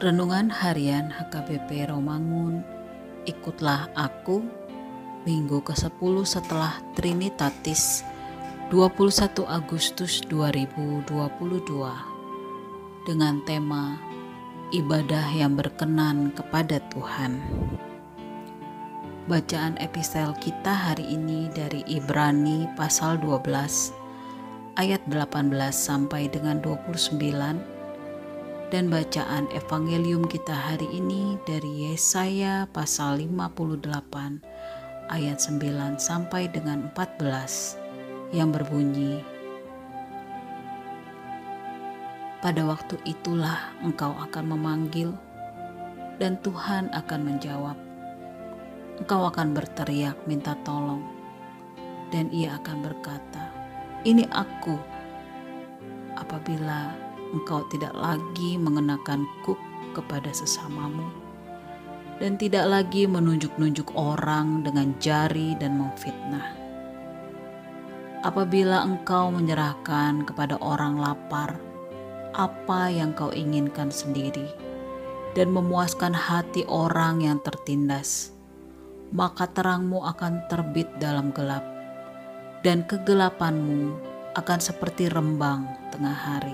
Renungan Harian HKBP Romangun, ikutlah aku, Minggu ke-10 setelah Trinitatis, 21 Agustus 2022, dengan tema Ibadah yang berkenan kepada Tuhan. Bacaan epistel kita hari ini dari Ibrani pasal 12 ayat 18 sampai dengan 29, dan bacaan evangelium kita hari ini dari Yesaya pasal 58 ayat 9 sampai dengan 14 yang berbunyi, pada waktu itulah engkau akan memanggil dan Tuhan akan menjawab. Engkau akan berteriak minta tolong dan Ia akan berkata, ini aku. Apabila engkau tidak lagi mengenakan kuk kepada sesamamu dan tidak lagi menunjuk-nunjuk orang dengan jari dan memfitnah. Apabila engkau menyerahkan kepada orang lapar apa yang kau inginkan sendiri dan memuaskan hati orang yang tertindas, maka terangmu akan terbit dalam gelap dan kegelapanmu akan seperti rembang tengah hari.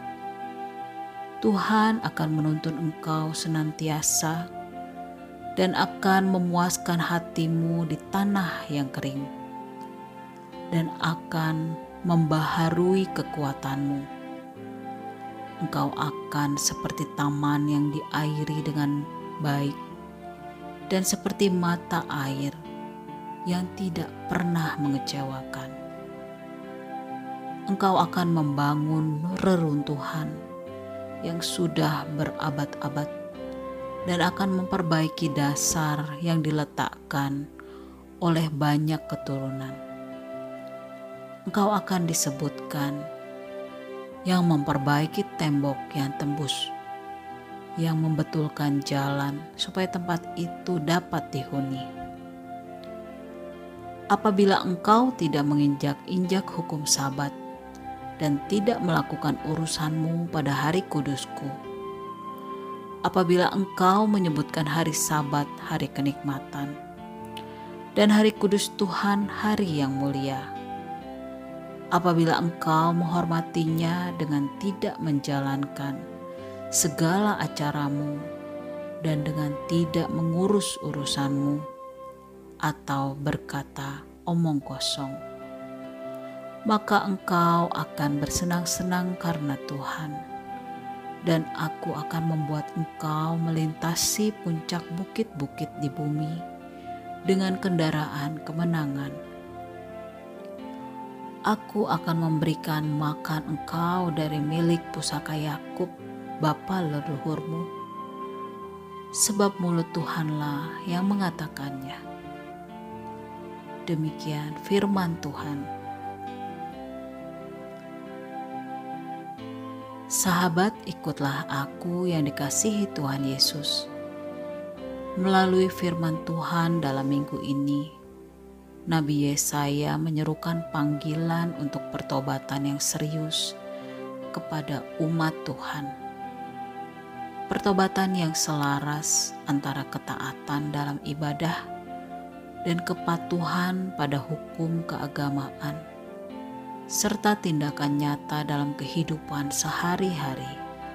Tuhan akan menuntun engkau senantiasa dan akan memuaskan hatimu di tanah yang kering dan akan membaharui kekuatanmu. Engkau akan seperti taman yang diairi dengan baik dan seperti mata air yang tidak pernah mengecewakan. Engkau akan membangun reruntuhan yang sudah berabad-abad dan akan memperbaiki dasar yang diletakkan oleh banyak keturunan. Engkau akan disebutkan yang memperbaiki tembok yang tembus, yang membetulkan jalan supaya tempat itu dapat dihuni. Apabila engkau tidak menginjak-injak hukum Sabat dan tidak melakukan urusanmu pada hari kudusku, apabila engkau menyebutkan hari Sabat hari kenikmatan dan hari kudus Tuhan hari yang mulia, apabila engkau menghormatinya dengan tidak menjalankan segala acaramu dan dengan tidak mengurus urusanmu atau berkata omong kosong, maka engkau akan bersenang-senang karena Tuhan, dan aku akan membuat engkau melintasi puncak bukit-bukit di bumi dengan kendaraan kemenangan. Aku akan memberikan makan engkau dari milik pusaka Yakub, bapa leluhurmu, sebab mulut Tuhanlah yang mengatakannya. Demikian firman Tuhan. Sahabat, ikutlah aku yang dikasihi Tuhan Yesus. Melalui firman Tuhan dalam minggu ini, Nabi Yesaya menyerukan panggilan untuk pertobatan yang serius kepada umat Tuhan. Pertobatan yang selaras antara ketaatan dalam ibadah dan kepatuhan pada hukum keagamaan, serta tindakan nyata dalam kehidupan sehari-hari.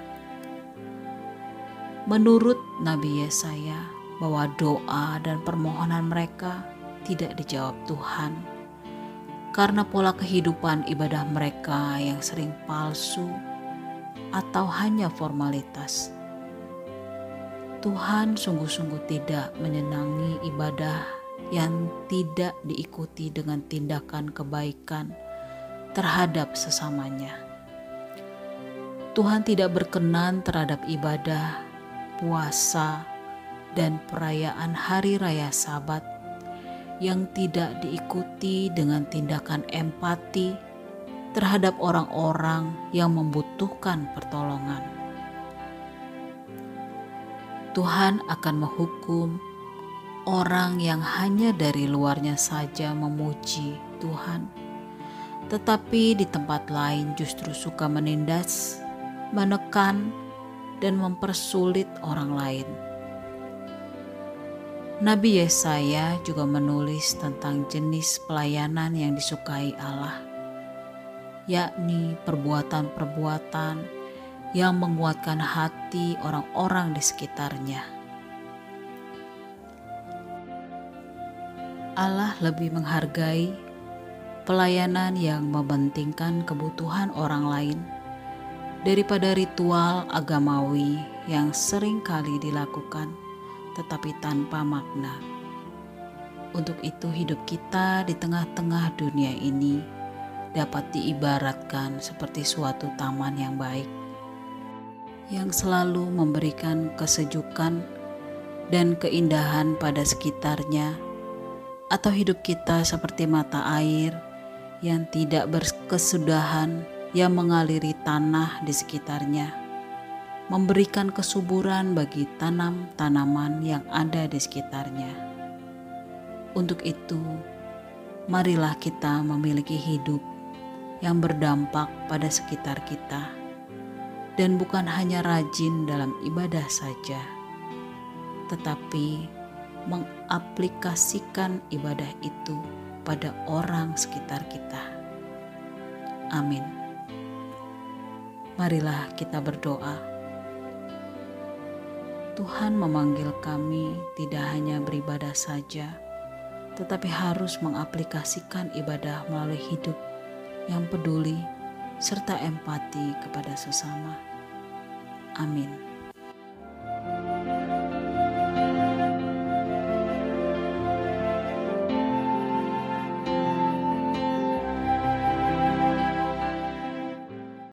Menurut Nabi Yesaya, bahwa doa dan permohonan mereka tidak dijawab Tuhan karena pola kehidupan ibadah mereka yang sering palsu atau hanya formalitas. Tuhan sungguh-sungguh tidak menyenangi ibadah yang tidak diikuti dengan tindakan kebaikan terhadap sesamanya. Tuhan tidak berkenan terhadap ibadah, puasa, dan perayaan hari raya Sabat yang tidak diikuti dengan tindakan empati terhadap orang-orang yang membutuhkan pertolongan. Tuhan akan menghukum orang yang hanya dari luarnya saja memuji Tuhan, tetapi di tempat lain justru suka menindas, menekan, dan mempersulit orang lain. Nabi Yesaya juga menulis tentang jenis pelayanan yang disukai Allah, yakni perbuatan-perbuatan yang menguatkan hati orang-orang di sekitarnya. Allah lebih menghargai pelayanan yang mementingkan kebutuhan orang lain daripada ritual agamawi yang sering kali dilakukan tetapi tanpa makna. Untuk itu hidup kita di tengah-tengah dunia ini dapat diibaratkan seperti suatu taman yang baik, yang selalu memberikan kesejukan dan keindahan pada sekitarnya, atau hidup kita seperti mata air yang tidak berkesudahan yang mengaliri tanah di sekitarnya, memberikan kesuburan bagi tanam-tanaman yang ada di sekitarnya. Untuk itu, marilah kita memiliki hidup yang berdampak pada sekitar kita, dan bukan hanya rajin dalam ibadah saja, tetapi mengaplikasikan ibadah itu pada orang sekitar kita. Amin. Marilah kita berdoa. Tuhan memanggil kami tidak hanya beribadah saja, tetapi harus mengaplikasikan ibadah melalui hidup yang peduli serta empati kepada sesama. Amin.